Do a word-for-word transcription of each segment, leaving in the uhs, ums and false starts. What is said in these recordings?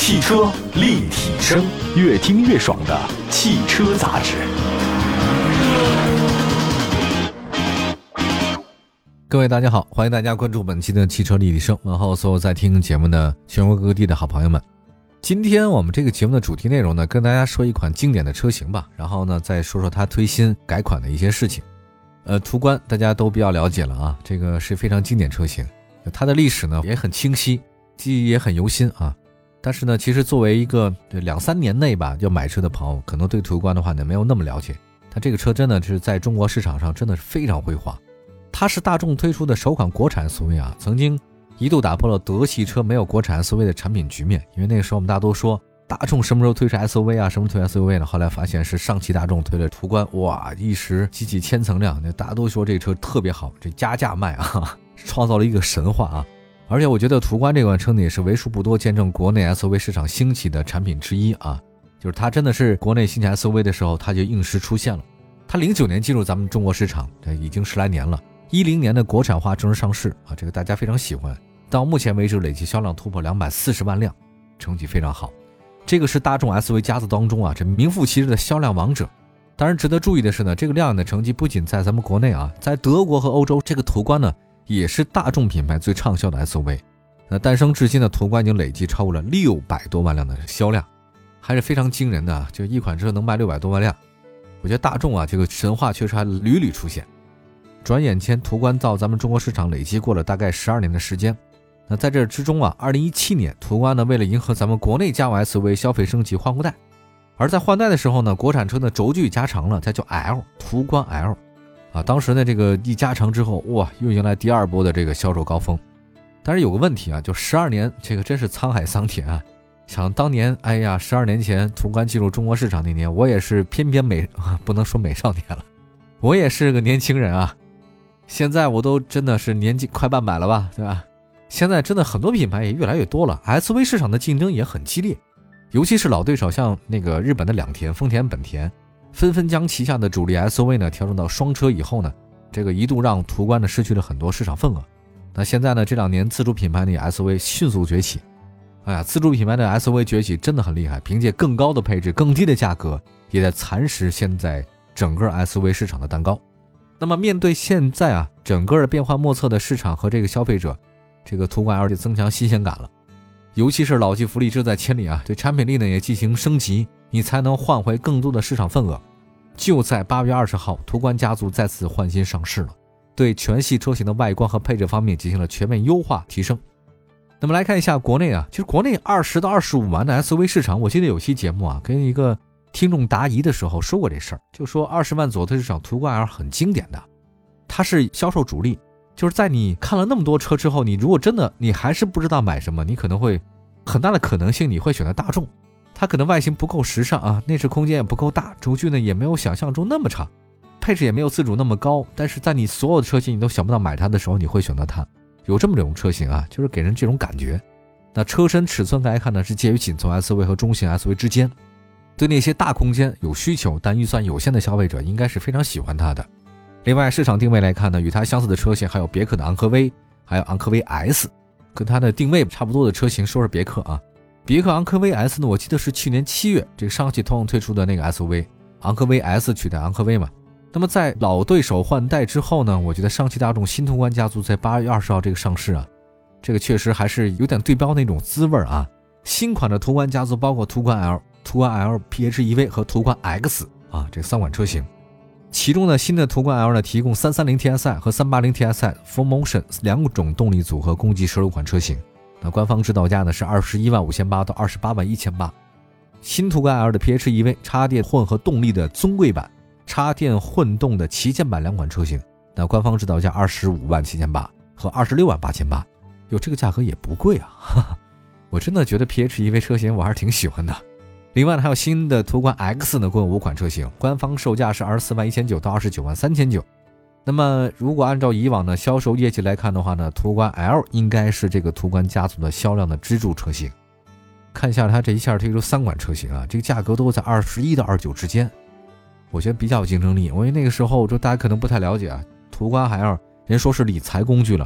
汽车立体声，越听越爽的汽车杂志。 各位大家好，欢迎大家关注本期的汽车立体声，问候所有在听节目的全国各地的好朋友们。今天我们这个节目的主题内容呢，跟大家说一款经典的车型吧，然后呢再说说它推新改款的一些事情。呃，途观大家都比较了解了啊，这个是非常经典车型，它的历史呢也很清晰，记忆也很犹新啊。但是呢，其实作为一个两三年内吧要买车的朋友，可能对途观的话呢没有那么了解。它这个车真的是在中国市场上真的是非常辉煌。它是大众推出的首款国产 S U V 啊，曾经一度打破了德系车没有国产 S U V 的产品局面。因为那个时候我们大家都说大众什么时候推出 S U V 啊，什么推 S U V 呢？后来发现是上汽大众推了途观，哇，一时激起千层浪，那大家都说这车特别好，这加价卖啊，创造了一个神话啊。而且我觉得途观这款车呢，也是为数不多见证国内 S U V 市场兴起的产品之一啊。就是它真的是国内兴起 S U V 的时候，它就应时出现了。它零九年进入咱们中国市场，这已经十来年了。一零年的国产化正式上市啊，这个大家非常喜欢。到目前为止累计销量突破两百四十万辆，成绩非常好。这个是大众 S U V 家族当中啊，这名副其实的销量王者。当然值得注意的是呢，这个亮眼的成绩不仅在咱们国内啊，在德国和欧洲，这个途观呢也是大众品牌最畅销的 S U V。那诞生至今的途观已经累计超过了六百多万辆的销量，还是非常惊人的啊！就一款车能卖六百多万辆，我觉得大众啊这个神话确实还屡屡出现。转眼间途观到咱们中国市场累积过了大概十二年的时间。那在这之中啊，二零一七年途观呢为了迎合咱们国内家用 S U V 消费升级换过代，而在换代的时候呢，国产车的轴距加长了，它叫 L 途观 L 啊。当时呢这个一加长之后，哇，又迎来第二波的这个销售高峰。但是有个问题啊，就十二年这个真是沧海桑田啊。想当年，哎呀，十二年前途观进入中国市场那年，我也是翩翩美啊，不能说美少年了，我也是个年轻人啊。现在我都真的是年纪快半百了吧，对吧？现在真的很多品牌也越来越多了， S U V 市场的竞争也很激烈，尤其是老对手像那个日本的两田、丰田、本田，纷纷将旗下的主力 S U V 呢调整到双车以后呢，这个一度让途观呢失去了很多市场份额。那现在呢，这两年自主品牌的 S U V 迅速崛起，哎呀，自主品牌的 S U V 崛起真的很厉害，凭借更高的配置、更低的价格，也在蚕食现在整个 S U V 市场的蛋糕。那么面对现在啊整个的变幻莫测的市场和这个消费者，这个途观 L 就增强新鲜感了。尤其是老骥伏枥，志在千里啊，对产品力呢也进行升级，你才能换回更多的市场份额。就在八月二十号，途观家族再次换新上市了，对全系车型的外观和配置方面进行了全面优化提升。那么来看一下国内啊，其实国内二十到二十五万的 S U V 市场，我记得有期节目啊跟一个听众答疑的时候说过这事儿，就说二十万左右的市场途观 L 很经典的，它是销售主力，就是在你看了那么多车之后，你如果真的你还是不知道买什么，你可能会很大的可能性你会选择大众。它可能外形不够时尚啊，内饰空间也不够大，轴距呢也没有想象中那么长，配置也没有自主那么高，但是在你所有的车型你都想不到买它的时候，你会选择它。有这么这种车型啊，就是给人这种感觉。那车身尺寸来看呢，是介于紧凑 S U V 和中型 S U V 之间，对那些大空间有需求但预算有限的消费者应该是非常喜欢它的。另外市场定位来看呢，与它相似的车型还有别克的昂科威，还有昂科威 S， 跟它的定位差不多的车型说是别克啊。别克昂科威 S 呢，我记得是去年七月这个上汽通用推出的那个 S U V， 昂科威 S 取代昂科威嘛。那么在老对手换代之后呢，我觉得上汽大众新途观家族在八月二十号这个上市啊，这个确实还是有点对标那种滋味啊。新款的途观家族包括途观 L、途观 L P H E V 和途观 X 啊，这三款车型。其中呢，新的途观 L 呢提供三三零 T S I 和三八零 T S I Full Motion 两种动力组合，共计十六款车型。那官方指导价呢是二十一万五千八到二十八万一千八。新途观 L 的 P H E V 插电混合动力的尊贵版、插电混动的旗舰版两款车型，那官方指导价二十五万七千八和二十六万八千八。哟，这个价格也不贵啊，哈哈，我真的觉得 P H E V 车型我还是挺喜欢的。另外呢，还有新的途观 X 呢，共有五款车型，官方售价是二十四万一千九到二十九万三千九。那么如果按照以往的销售业绩来看的话呢，途观 L 应该是这个途观家族的销量的支柱车型。看一下它这一下推出三款车型啊，这个价格都在二十一到二十九之间，我觉得比较有竞争力。因为那个时候就大家可能不太了解啊，途观 L 人说是理财工具了，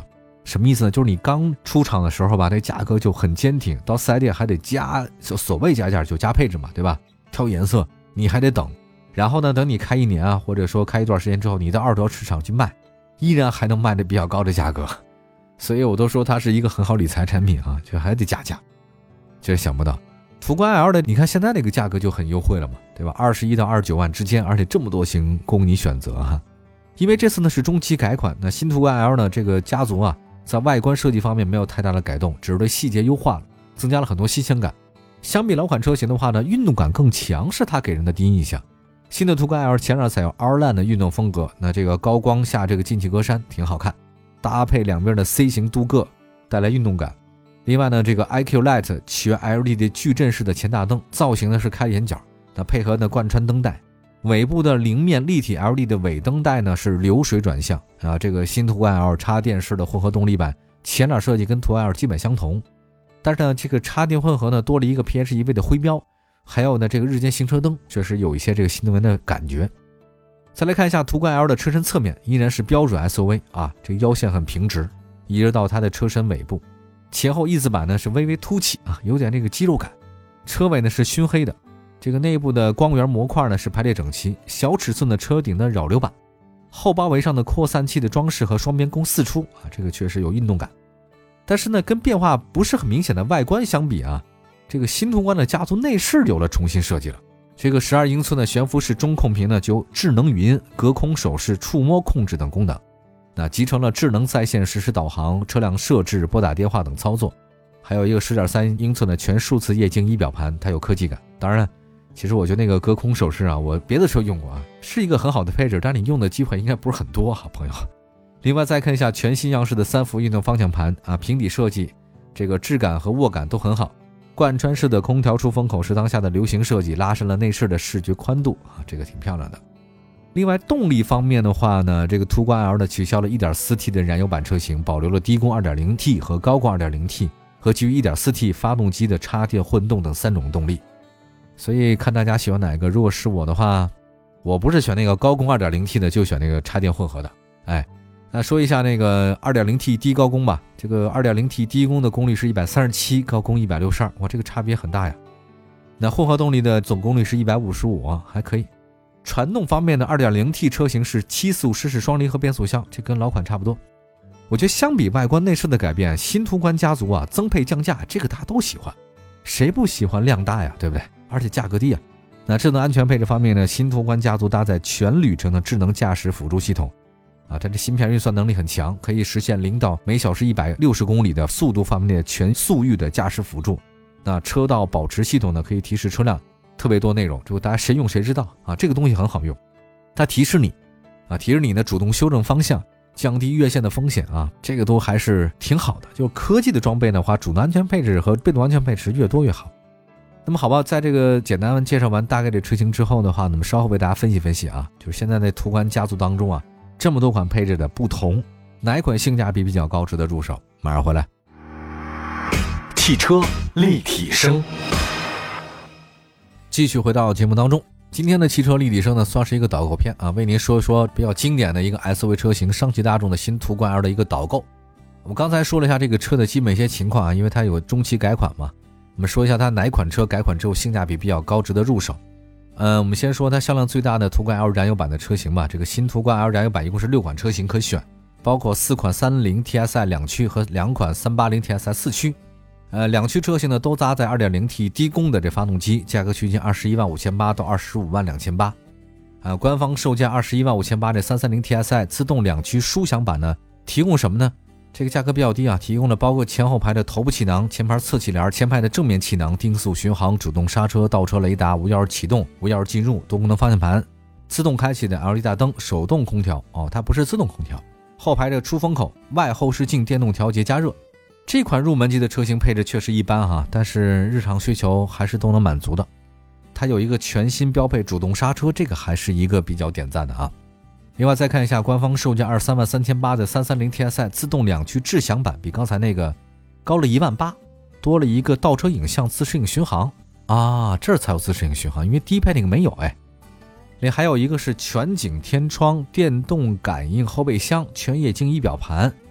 什么意思呢？就是你刚出厂的时候吧，这价格就很坚挺，到四 S 店还得加，所谓加价就加配置嘛，对吧？挑颜色你还得等，然后呢，等你开一年啊，或者说开一段时间之后，你到二手市场去卖，依然还能卖的比较高的价格，所以我都说它是一个很好理财产品啊，就还得加价，这想不到。途观 L 的，你看现在这个价格就很优惠了嘛，对吧？二十一到二十九万之间，而且这么多型供你选择哈。因为这次呢是中期改款，那新途观 L 呢这个家族啊，在外观设计方面没有太大的改动，只是对细节优化了，增加了很多新鲜感。相比老款车型的话呢，运动感更强是它给人的第一印象。新的途观 L 前脸采用 R-Line 的运动风格，那这个高光下这个进气格栅挺好看，搭配两边的 C 型镀铬，带来运动感。另外呢，这个 I Q Light 起源 L E D 矩阵式的前大灯，造型呢是开眼角，那配合的贯穿灯带，尾部的菱面立体 L E D 的尾灯带呢是流水转向啊。这个新途观 L 插电式的混合动力版，前脸设计跟途观 L 基本相同，但是呢，这个插电混合呢多了一个 P H E V 的徽标，还有呢这个日间行车灯，确实有一些这个新能源的感觉。再来看一下途观 L 的车身侧面，依然是标准 S U V 啊，这个腰线很平直，一直到它的车身尾部。前后翼子板呢是微微凸起啊，有点这个肌肉感。车尾呢是熏黑的，这个内部的光源模块呢是排列整齐，小尺寸的车顶的扰流板，后包围上的扩散器的装饰和双边弓四出啊，这个确实有运动感。但是呢，跟变化不是很明显的外观相比啊，这个新途观的家族内饰有了重新设计了。这个十二英寸的悬浮式中控屏呢，就有智能语音、隔空手势、触摸控制等功能。那集成了智能在线实时导航、车辆设置、拨打电话等操作，还有一个 十点三英寸的全数字液晶仪表盘，它有科技感。当然其实我觉得那个隔空手势啊，我别的车用过啊，是一个很好的配置，但你用的机会应该不是很多哈，朋友。另外再看一下全新样式的三幅运动方向盘啊，平底设计，这个质感和握感都很好。贯穿式的空调出风口是当下的流行设计，拉伸了内饰的视觉宽度啊，这个挺漂亮的。另外动力方面的话呢，这个途观 L 呢取消了 一点四 T 的燃油版车型，保留了低功 二点零 T 和高功 二点零 T 和基于 一点四 T 发动机的插电混动等三种动力。所以看大家喜欢哪个，如果是我的话，我不是选那个高功 二点零 T 的，就选那个插电混合的。哎，那说一下那个 二点零 T 低高功吧，这个 二点零 T 低功的功率是一百三十七，高功一百六十二，哇，这个差别很大呀。那混合动力的总功率是一百五十五啊，还可以。传动方面的 二点零 T 车型是七速湿式双离合变速箱，这跟老款差不多。我觉得相比外观内饰的改变，新途观家族啊增配降价，这个大家都喜欢，谁不喜欢量大呀，对不对？而且价格低啊。那智能安全配置方面呢，新途观家族搭载全旅程的智能驾驶辅助系统啊，它这芯片运算能力很强，可以实现零到每小时一百六十公里的速度方面的全速域的驾驶辅助。那车道保持系统呢，可以提示车辆特别多内容，这个大家谁用谁知道啊，这个东西很好用，它提示你啊，提示你呢主动修正方向，降低越线的风险啊，这个都还是挺好的。就科技的装备的话，主动安全配置和被动安全配置越多越好。那么好吧，在这个简单介绍完大概的车型之后的话，那么稍后为大家分析分析啊，就是现在在途观家族当中啊，这么多款配置的不同，哪一款性价比比较高，值得入手？马上回来。 汽车立体声， 继续回到节目当中。今天的汽车立体声呢，算是一个导购片啊，为您说一说比较经典的一个 S U V 车型，上汽大众的新途观 L 的一个导购。我们刚才说了一下这个车的基本一些情况啊，因为它有中期改款嘛，我们说一下它哪款车改款之后性价比比较高，值得入手。呃，我们先说它销量最大的途观 L 燃油版的车型吧。这个新途观 L 燃油版一共是六款车型可选，包括四款三十 T S I 两驱和两款三八零 T S I 四驱。呃，两驱车型呢都搭载 二点零 T 低功的这发动机，价格区间二十一万五千八到二十五万两千八。呃，官方售价二十一万五千八的三三零 T S I 自动两驱舒享版呢，提供什么呢？这个价格比较低啊，提供了包括前后排的头部气囊、前排侧气帘、前排的正面气囊、定速巡航、主动刹车、倒车雷达、无钥匙启动、无钥匙进入、多功能方向盘、自动开启的 L E D 大灯、手动空调哦，它不是自动空调。后排的出风口、外后视镜电动调节加热。这款入门级的车型配置确实一般哈，但是日常需求还是都能满足的。它有一个全新标配主动刹车，这个还是一个比较点赞的啊。另外再看一下官方售价二十三万三千八的三三零 T S I 自动两驱智享版，比刚才那个高了一万八，多了一个倒车影像自适应巡航啊，这儿才有自适应巡航，因为低配那个没有哎。另还有一个是全景天窗、电动感应后备箱、全液晶仪表盘。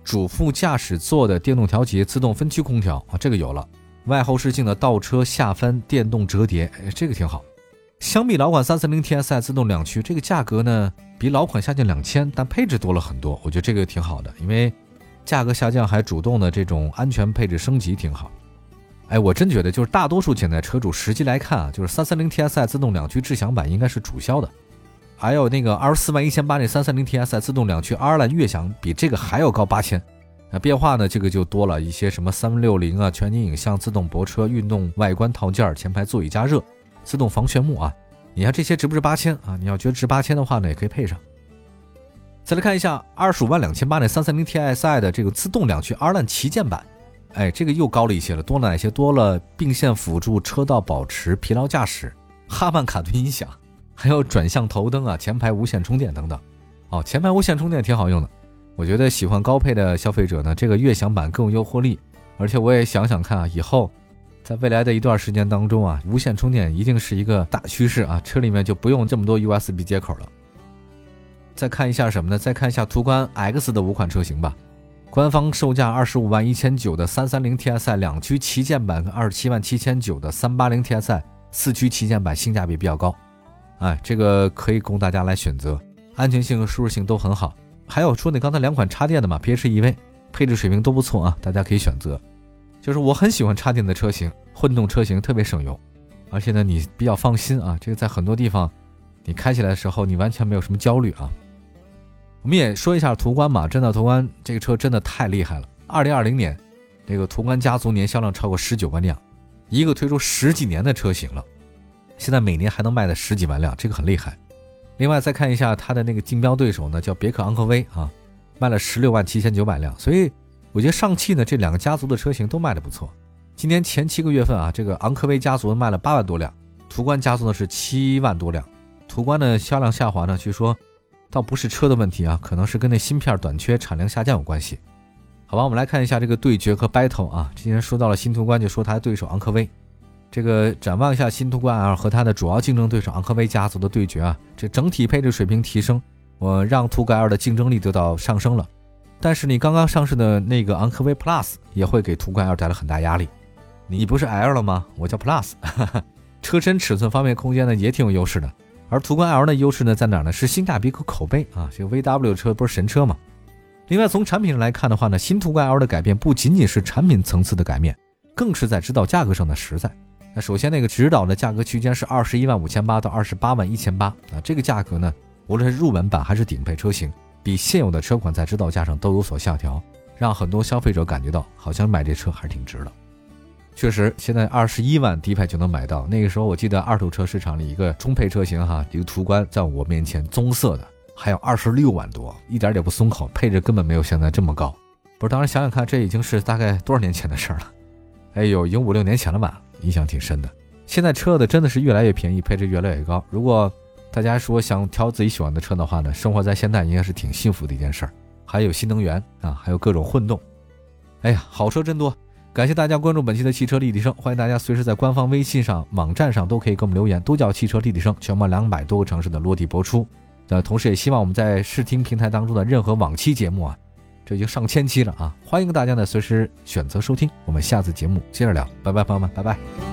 主副驾驶座的电动调节自动分区空调啊，这个有了。外后视镜的倒车下翻电动折叠，哎，这个挺好。相比老款 三四零 T S I 自动两驱，这个价格呢比老款下降两千，但配置多了很多，我觉得这个挺好的，因为价格下降还主动的这种安全配置升级挺好。哎，我真觉得就是大多数现在车主实际来看啊，就是 三四零 T S I 自动两驱智享版应该是主销的，还有那个二十四万一千八那 三四零 T S I 自动两驱 R Line 悦享比这个还要高八千。那变化呢，这个就多了一些什么三六零啊、全景影像、自动泊车、运动外观套件、前排座椅加热、自动防眩目啊。你看这些值不值八千啊？你要觉得值八千的话呢，也可以配上。再来看一下二十五万两千八那 三四零 T S I 的这个自动两驱 R Line 旗舰版，哎，这个又高了一些了，多了哪些？多了并线辅助、车道保持、疲劳驾驶、哈曼卡顿音响，还有转向头灯啊、前排无线充电等等。哦，前排无线充电挺好用的。我觉得喜欢高配的消费者呢，这个悦享版更有诱惑力。而且我也想想看啊，以后在未来的一段时间当中啊，无线充电一定是一个大趋势啊，车里面就不用这么多 U S B 接口了。再看一下什么呢？再看一下途观 X 的五款车型吧。官方售价二十五万一千九的三三零 T S I 两驱旗舰版跟二十七万七千九的三八零 T S I 四驱旗舰版性价比比较高，哎，这个可以供大家来选择，安全性和舒适性都很好。还有说你刚才两款插电的嘛 P H E V 配置水平都不错啊，大家可以选择。就是我很喜欢插电的车型，混动车型特别省油，而且呢你比较放心啊，这个在很多地方你开起来的时候你完全没有什么焦虑啊。我们也说一下途观嘛，真的途观这个车真的太厉害了。二零二零年这个途观家族年销量超过十九万辆，一个推出十几年的车型了，现在每年还能卖的十几万辆，这个很厉害。另外再看一下它的那个竞标对手呢，叫别克昂科威啊，卖了十六万七千九百辆，所以我觉得上汽呢这两个家族的车型都卖得不错。今年前七个月份啊，这个昂科威家族卖了八万多辆，途观家族呢是七万多辆。途观的销量下滑呢，据说倒不是车的问题啊，可能是跟那芯片短缺、产量下降有关系。好吧，我们来看一下这个对决和 battle 啊。之前说到了新途观，就说它的对手昂科威。这个展望一下新途观 L 和它的主要竞争对手昂科威家族的对决啊，这整体配置水平提升，我让途观 L 的竞争力得到上升了。但是你刚刚上市的那个昂科威 Plus 也会给途观 L 带来很大压力。你不是 L 了吗？我叫 Plus 车身尺寸方面空间呢也挺有优势的。而途观 L 的优势呢在哪儿呢？是性价比和口碑啊，这个 V W 车不是神车吗？另外从产品上来看的话呢，新途观 L 的改变不仅仅是产品层次的改变，更是在指导价格上的实在。那首先那个指导的价格区间是二十一万五千八到二十八万一千八啊，这个价格呢，无论是入门版还是顶配车型，比现有的车款在指导价上都有所下调，让很多消费者感觉到好像买这车还是挺值的。确实现在二十一万低配就能买到，那个时候我记得二手车市场里一个中配车型哈，一个途观在我面前棕色的还有二十六万多，一点也不松口，配置根本没有现在这么高。不是，当然想想看，这已经是大概多少年前的事了，哎呦，已经五六年前了吧，印象挺深的。现在车的真的是越来越便宜，配置越来越高，如果大家说想挑自己喜欢的车的话呢，生活在现代应该是挺幸福的一件事儿。还有新能源啊，还有各种混动，哎呀，好车真多。感谢大家关注本期的汽车立体声，欢迎大家随时在官方微信上、网站上都可以给我们留言，都叫汽车立体声，全国两百多个城市的落地播出。呃，同时也希望我们在视听平台当中的任何往期节目啊，这已经上千期了啊，欢迎大家呢随时选择收听。我们下次节目接着聊，拜拜，朋友们，拜拜。